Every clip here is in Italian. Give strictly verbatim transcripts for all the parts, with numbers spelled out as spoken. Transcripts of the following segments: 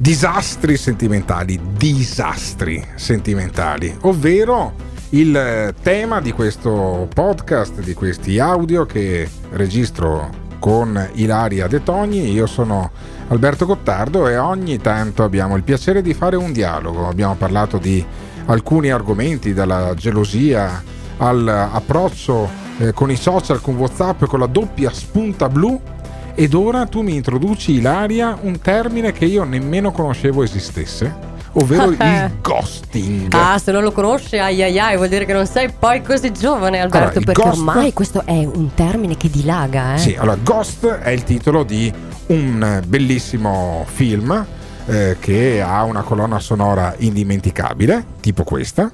disastri sentimentali, disastri sentimentali, ovvero il tema di questo podcast, di questi audio che registro con Ilaria De Togni. Io sono Alberto Gottardo e ogni tanto abbiamo il piacere di fare un dialogo. Abbiamo parlato di alcuni argomenti, dalla gelosia all'approccio eh, con i social, con WhatsApp, con la doppia spunta blu. Ed ora tu mi introduci, Ilaria, un termine che io nemmeno conoscevo esistesse, ovvero il ghosting. Ah, se non lo conosci, ai ai ai, vuol dire che non sei poi così giovane, Alberto, allora, perché ghost... ormai questo è un termine che dilaga, eh? Sì, allora, Ghost è il titolo di un bellissimo film eh, che ha una colonna sonora indimenticabile, tipo questa.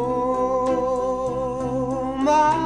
Oh, my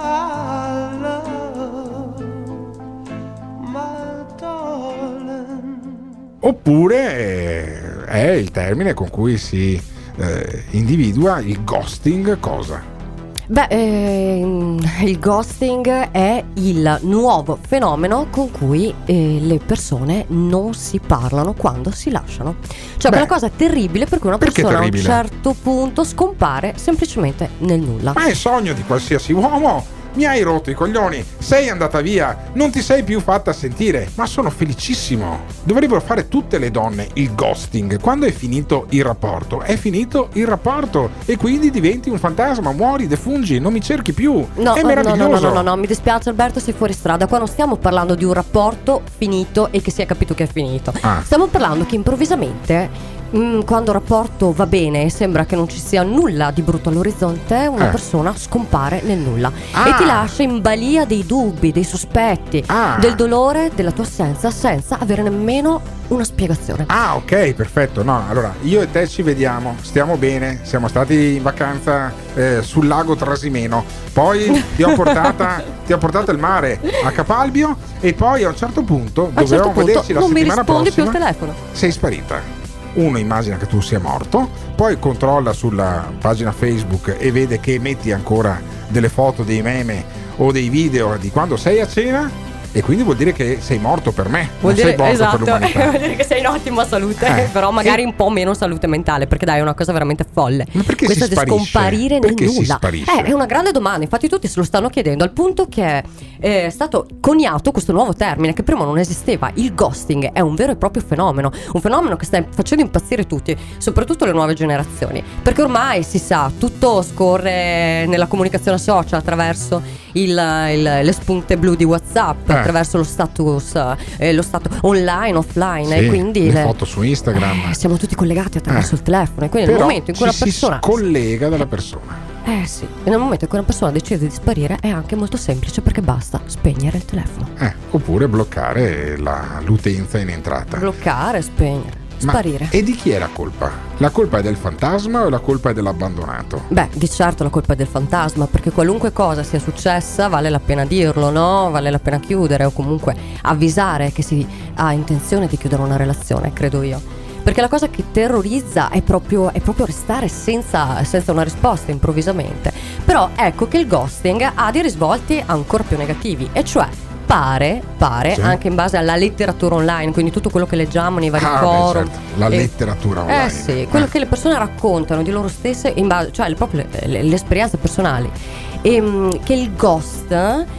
Oppure eh, è il termine con cui si eh, individua il ghosting. Cosa? Beh, ehm, il ghosting è il nuovo fenomeno con cui eh, le persone non si parlano quando si lasciano. Cioè, Beh, quella cosa terribile per cui una perché persona terribile? a un certo punto scompare semplicemente nel nulla. Ma è il sogno di qualsiasi uomo. Mi hai rotto i coglioni, sei andata via, non ti sei più fatta sentire, ma sono felicissimo. Dovrebbero fare tutte le donne il ghosting. Quando è finito il rapporto, è finito il rapporto e quindi diventi un fantasma, muori, defungi, non mi cerchi più. No, è no, meraviglioso. no, no, no, no, no, mi dispiace Alberto, sei fuori strada. Qua non stiamo parlando di un rapporto finito e che si è capito che è finito. Ah. Stiamo parlando che improvvisamente Mm, quando il rapporto va bene e sembra che non ci sia nulla di brutto all'orizzonte, una Eh. persona scompare nel nulla Ah. e ti lascia in balia dei dubbi, dei sospetti, Ah. del dolore della tua assenza, senza avere nemmeno una spiegazione. Ah, ok, perfetto. No, allora io e te ci vediamo, stiamo bene, siamo stati in vacanza eh, sul lago Trasimeno, poi ti ho portata ti ho portato il mare a Capalbio e poi a un certo punto A un certo dovevamo punto vederci la non mi settimana rispondi prossima. più al telefono. Sei sparita. Uno immagina che tu sia morto, poi controlla sulla pagina Facebook e vede che metti ancora delle foto, dei meme o dei video di quando sei a cena, e quindi vuol dire che sei morto per me, Vuol non dire, sei morto esatto, per l'umanità. vuol dire che sei in ottima salute, Eh. però magari E- un po' meno salute mentale, perché dai, è una cosa veramente folle. Ma perché Questa si di sparisce? scomparire nel Perché si nulla. sparisce? Eh, è una grande domanda, infatti tutti se lo stanno chiedendo, al punto che è stato coniato questo nuovo termine che prima non esisteva. Il ghosting è un vero e proprio fenomeno, un fenomeno che sta facendo impazzire tutti, soprattutto le nuove generazioni, perché ormai si sa, tutto scorre nella comunicazione social attraverso il, il- le spunte blu di WhatsApp, Eh. attraverso lo status eh, lo stato online, offline, Sì, e quindi le le- foto su Instagram. eh, siamo tutti collegati attraverso Eh. il telefono, e quindi nel Però momento in cui ci una persona si scollega dalla persona. eh sì, e nel momento in cui una persona decide di sparire è anche molto semplice, perché basta spegnere il telefono, Eh, oppure bloccare la- l'utenza in entrata. bloccare, spegnere, Ma- sparire. E di chi è la colpa? La colpa è del fantasma o la colpa è dell'abbandonato? Beh, di certo la colpa è del fantasma, perché qualunque cosa sia successa vale la pena dirlo, no? Vale la pena chiudere o comunque avvisare che si ha intenzione di chiudere una relazione, credo io. Perché la cosa che terrorizza è proprio, è proprio restare senza, senza una risposta improvvisamente. Però ecco che il ghosting ha dei risvolti ancora più negativi, e cioè pare, pare Sì. anche in base alla letteratura online, quindi tutto quello che leggiamo nei vari Ah, beh, forum, certo, la e- letteratura online. eh sì, quello Eh. che le persone raccontano di loro stesse in base, cioè le proprie le, le esperienze personali, e mh, che il ghost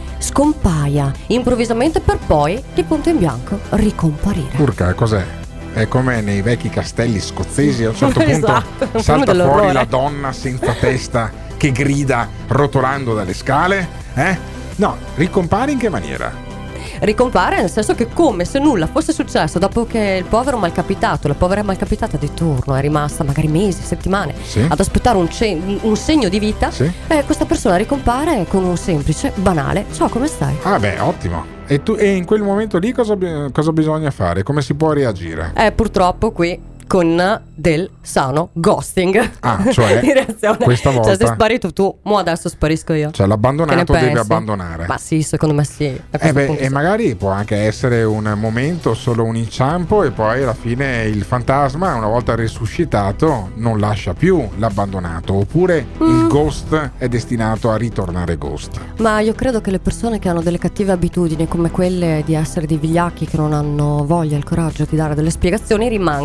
scompaia improvvisamente per poi di punto in bianco ricomparire. Urca, cos'è? È come nei vecchi castelli scozzesi, a un certo punto Esatto, un film salta fuori dell'orrore. la donna senza testa che grida rotolando dalle scale, eh? No, ricompare in che maniera? Ricompare nel senso che, come se nulla fosse successo, dopo che il povero malcapitato, la povera malcapitata di turno è rimasta magari mesi, settimane Sì. ad aspettare un, ce- un segno di vita, Sì. eh, questa persona ricompare con un semplice, banale ciao, come stai? Ah beh, ottimo. E, tu, e in quel momento lì cosa, bi- cosa bisogna fare? Come si può reagire? Eh, purtroppo qui con del sano ghosting. Ah, cioè, in reazione, questa volta- cioè, sei sparito tu, mo adesso sparisco io. Cioè Che l'abbandonato ne deve pensi? abbandonare. Ma sì, secondo me sì. a Eh questo beh, punto e sì. magari può anche essere un momento, solo un inciampo, e poi alla fine il fantasma, una volta risuscitato, non lascia più l'abbandonato. Oppure Mm. il ghost è destinato a ritornare ghost. Ma io credo che le persone che hanno delle cattive abitudini, come quelle di essere dei vigliacchi che non hanno voglia e il coraggio di dare delle spiegazioni, rimangano tali.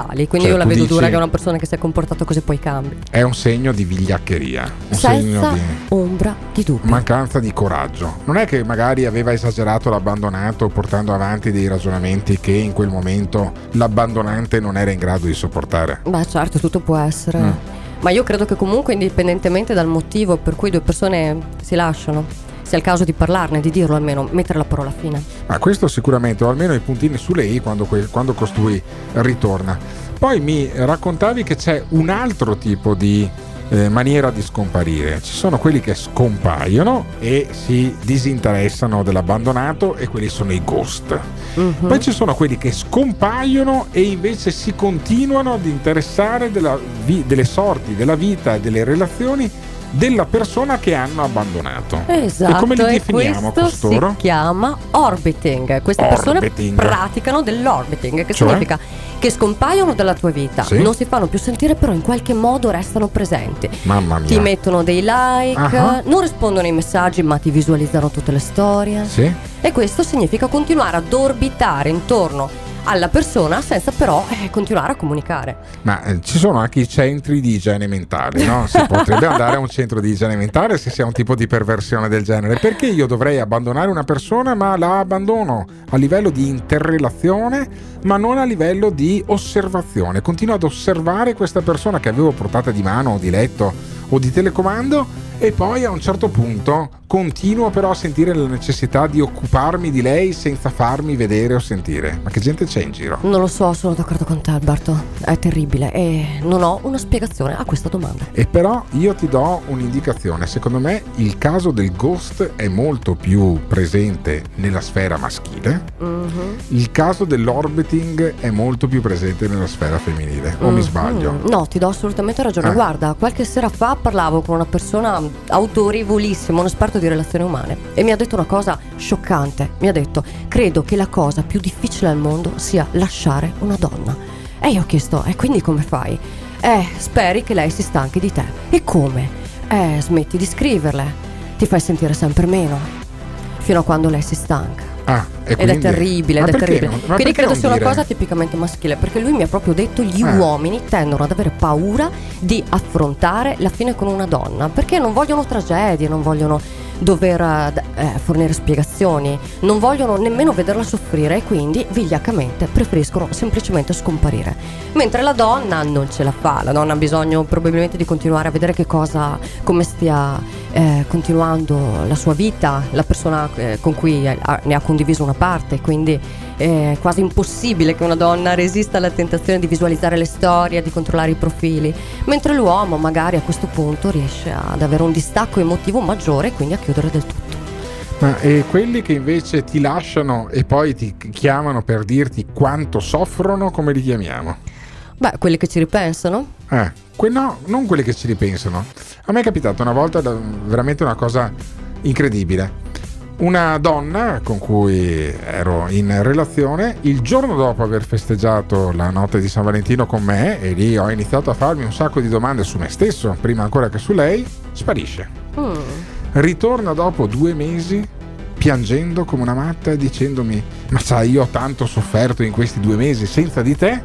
naturali, quindi Cioè, io la tu vedo dici- dura che una persona che si è comportata così poi cambi. È un segno di vigliaccheria, un Senza segno di ombra di dubbio. mancanza di coraggio. Non è che magari aveva esagerato l'abbandonato portando avanti dei ragionamenti che in quel momento l'abbandonante non era in grado di sopportare. Beh, certo, tutto può essere. Mm. Ma io credo che comunque, indipendentemente dal motivo per cui due persone si lasciano, sia il caso di parlarne, di dirlo almeno, mettere la parola fine. Ma questo sicuramente, o almeno i puntini sulle i quando, que- quando costui ritorna. Poi mi raccontavi che c'è un altro tipo di eh, maniera di scomparire. Ci sono quelli che scompaiono e si disinteressano dell'abbandonato, e quelli sono i ghost. Mhm. Poi ci sono quelli che scompaiono e invece si continuano ad interessare della vi- delle sorti, della vita e delle relazioni della persona che hanno abbandonato. Esatto, E come li e definiamo questo costoro? si chiama orbiting. Queste persone Orbiting. praticano dell'orbiting, che Cioè? significa che scompaiono dalla tua vita, Sì. non si fanno più sentire, però in qualche modo restano presenti. Mamma mia. Ti mettono dei like, Ah. non rispondono ai messaggi, ma ti visualizzano tutte le storie. Sì? E questo significa continuare ad orbitare intorno alla persona senza però eh, continuare a comunicare. Ma eh, ci sono anche i centri di igiene mentale, no? Si potrebbe andare a un centro di igiene mentale se si ha un tipo di perversione del genere. Perché io dovrei abbandonare una persona, ma la abbandono a livello di interrelazione, ma non a livello di osservazione? Continuo ad osservare questa persona che avevo portata di mano o di letto o di telecomando, e poi a un certo punto continuo però a sentire la necessità di occuparmi di lei senza farmi vedere o sentire. Ma che gente c'è in giro? Non lo so, sono d'accordo con te, Alberto. È terribile e non ho una spiegazione a questa domanda. E però io ti do un'indicazione. Secondo me il caso del ghost è molto più presente nella sfera maschile. Mhm. Il caso dell'orbiting è molto più presente nella sfera femminile. O mi Mhm. sbaglio? No, ti do assolutamente ragione. Eh. Guarda, qualche sera fa parlavo con una persona autorevolissima, un esperto di relazioni umane, e mi ha detto una cosa scioccante. Mi ha detto: credo che la cosa più difficile al mondo sia lasciare una donna. E io ho chiesto: e quindi come fai? Eh, speri che lei si stanchi di te. E come? Eh, smetti di scriverle, ti fai sentire sempre meno, fino a quando lei si stanca. Ah, e Ed quindi- è terribile, Ma ed è perché terribile. non- ma Quindi perché credo non sia una dire- cosa tipicamente maschile, perché lui mi ha proprio detto: gli Eh. uomini tendono ad avere paura di affrontare la fine con una donna, perché non vogliono tragedie, non vogliono dover eh, fornire spiegazioni, non vogliono nemmeno vederla soffrire, e quindi vigliaccamente preferiscono semplicemente scomparire. Mentre la donna non ce la fa, la donna ha bisogno probabilmente di continuare a vedere che cosa, come stia eh, continuando la sua vita, la persona eh, con cui ha- ne ha condiviso una parte, quindi è quasi impossibile che una donna resista alla tentazione di visualizzare le storie, di controllare i profili, mentre l'uomo magari a questo punto riesce ad avere un distacco emotivo maggiore e quindi a chiudere del tutto. Ma e quelli che invece ti lasciano e poi ti chiamano per dirti quanto soffrono, come li chiamiamo? Beh, quelli che ci ripensano? Eh, que- no, non quelli che ci ripensano. A me è capitato una volta da- veramente una cosa incredibile. Una donna con cui ero in relazione, il giorno dopo aver festeggiato la notte di San Valentino con me, e lì ho iniziato a farmi un sacco di domande su me stesso, prima ancora che su lei, sparisce. Mm. Ritorna dopo due mesi piangendo come una matta e dicendomi: ma sai, io ho tanto sofferto in questi due mesi senza di te,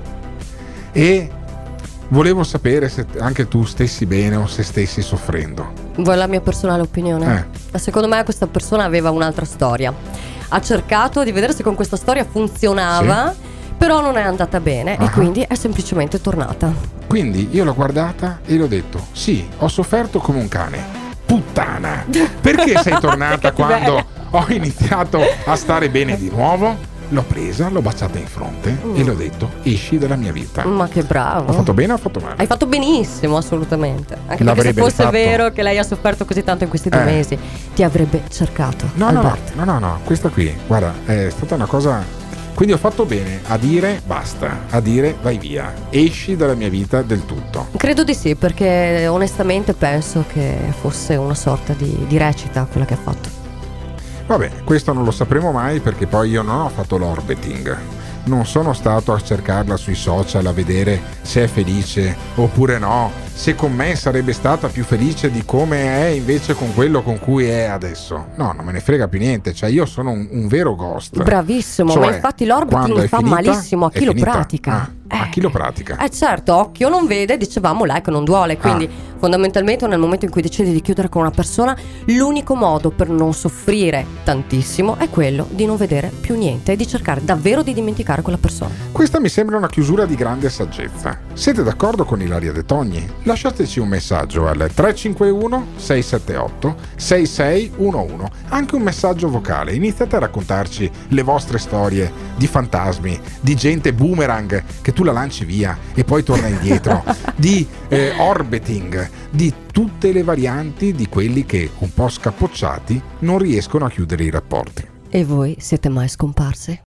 e volevo sapere se anche tu stessi bene o se stessi soffrendo. Vuoi la mia personale opinione? Eh. Secondo me questa persona aveva un'altra storia. Ha cercato di vedere se con questa storia funzionava, però non è andata bene, Ah. e quindi è semplicemente tornata. Quindi io l'ho guardata e le ho detto: sì, ho sofferto come un cane. Puttana! Perché sei tornata quando Cattiveria. ho iniziato a stare bene di nuovo? L'ho presa, l'ho baciata in fronte Mm. e le ho detto: esci dalla mia vita. Ma che bravo. Ho fatto bene o ho fatto male? Hai fatto benissimo, assolutamente. Anche perché se L'avrebbe fosse fatto. vero che lei ha sofferto così tanto in questi due Eh. mesi, ti avrebbe cercato. No, no, no, Alberto. no, no, no, questa qui, guarda, è stata una cosa. Quindi ho fatto bene a dire basta, a dire vai via, esci dalla mia vita del tutto. Credo di sì, perché onestamente penso che fosse una sorta di, di recita quella che ha fatto. Vabbè, questo non lo sapremo mai, perché poi io non ho fatto l'orbiting. Non sono stato a cercarla sui social a vedere se è felice oppure no, se con me sarebbe stata più felice di come è invece con quello con cui è adesso. No, non me ne frega più niente, cioè io sono un, un vero ghost. Bravissimo, Cioè, ma infatti quando l'orbiting è fa finita, malissimo a è chi lo finita. pratica. Ah, a chi lo pratica. Eh certo, occhio non vede, dicevamo, like non duole, quindi ah. fondamentalmente nel momento in cui decidi di chiudere con una persona, l'unico modo per non soffrire tantissimo è quello di non vedere più niente e di cercare davvero di dimenticare quella persona. Questa mi sembra una chiusura di grande saggezza. Siete d'accordo con Ilaria De Togni? Lasciateci un messaggio al tre cinque uno sei sette otto sei sei uno uno, anche un messaggio vocale. Iniziate a raccontarci le vostre storie di fantasmi, di gente boomerang che tu la lanci via e poi torna indietro, di eh, orbiting, di tutte le varianti di quelli che, un po' scapocciati, non riescono a chiudere i rapporti. E voi siete mai scomparsi?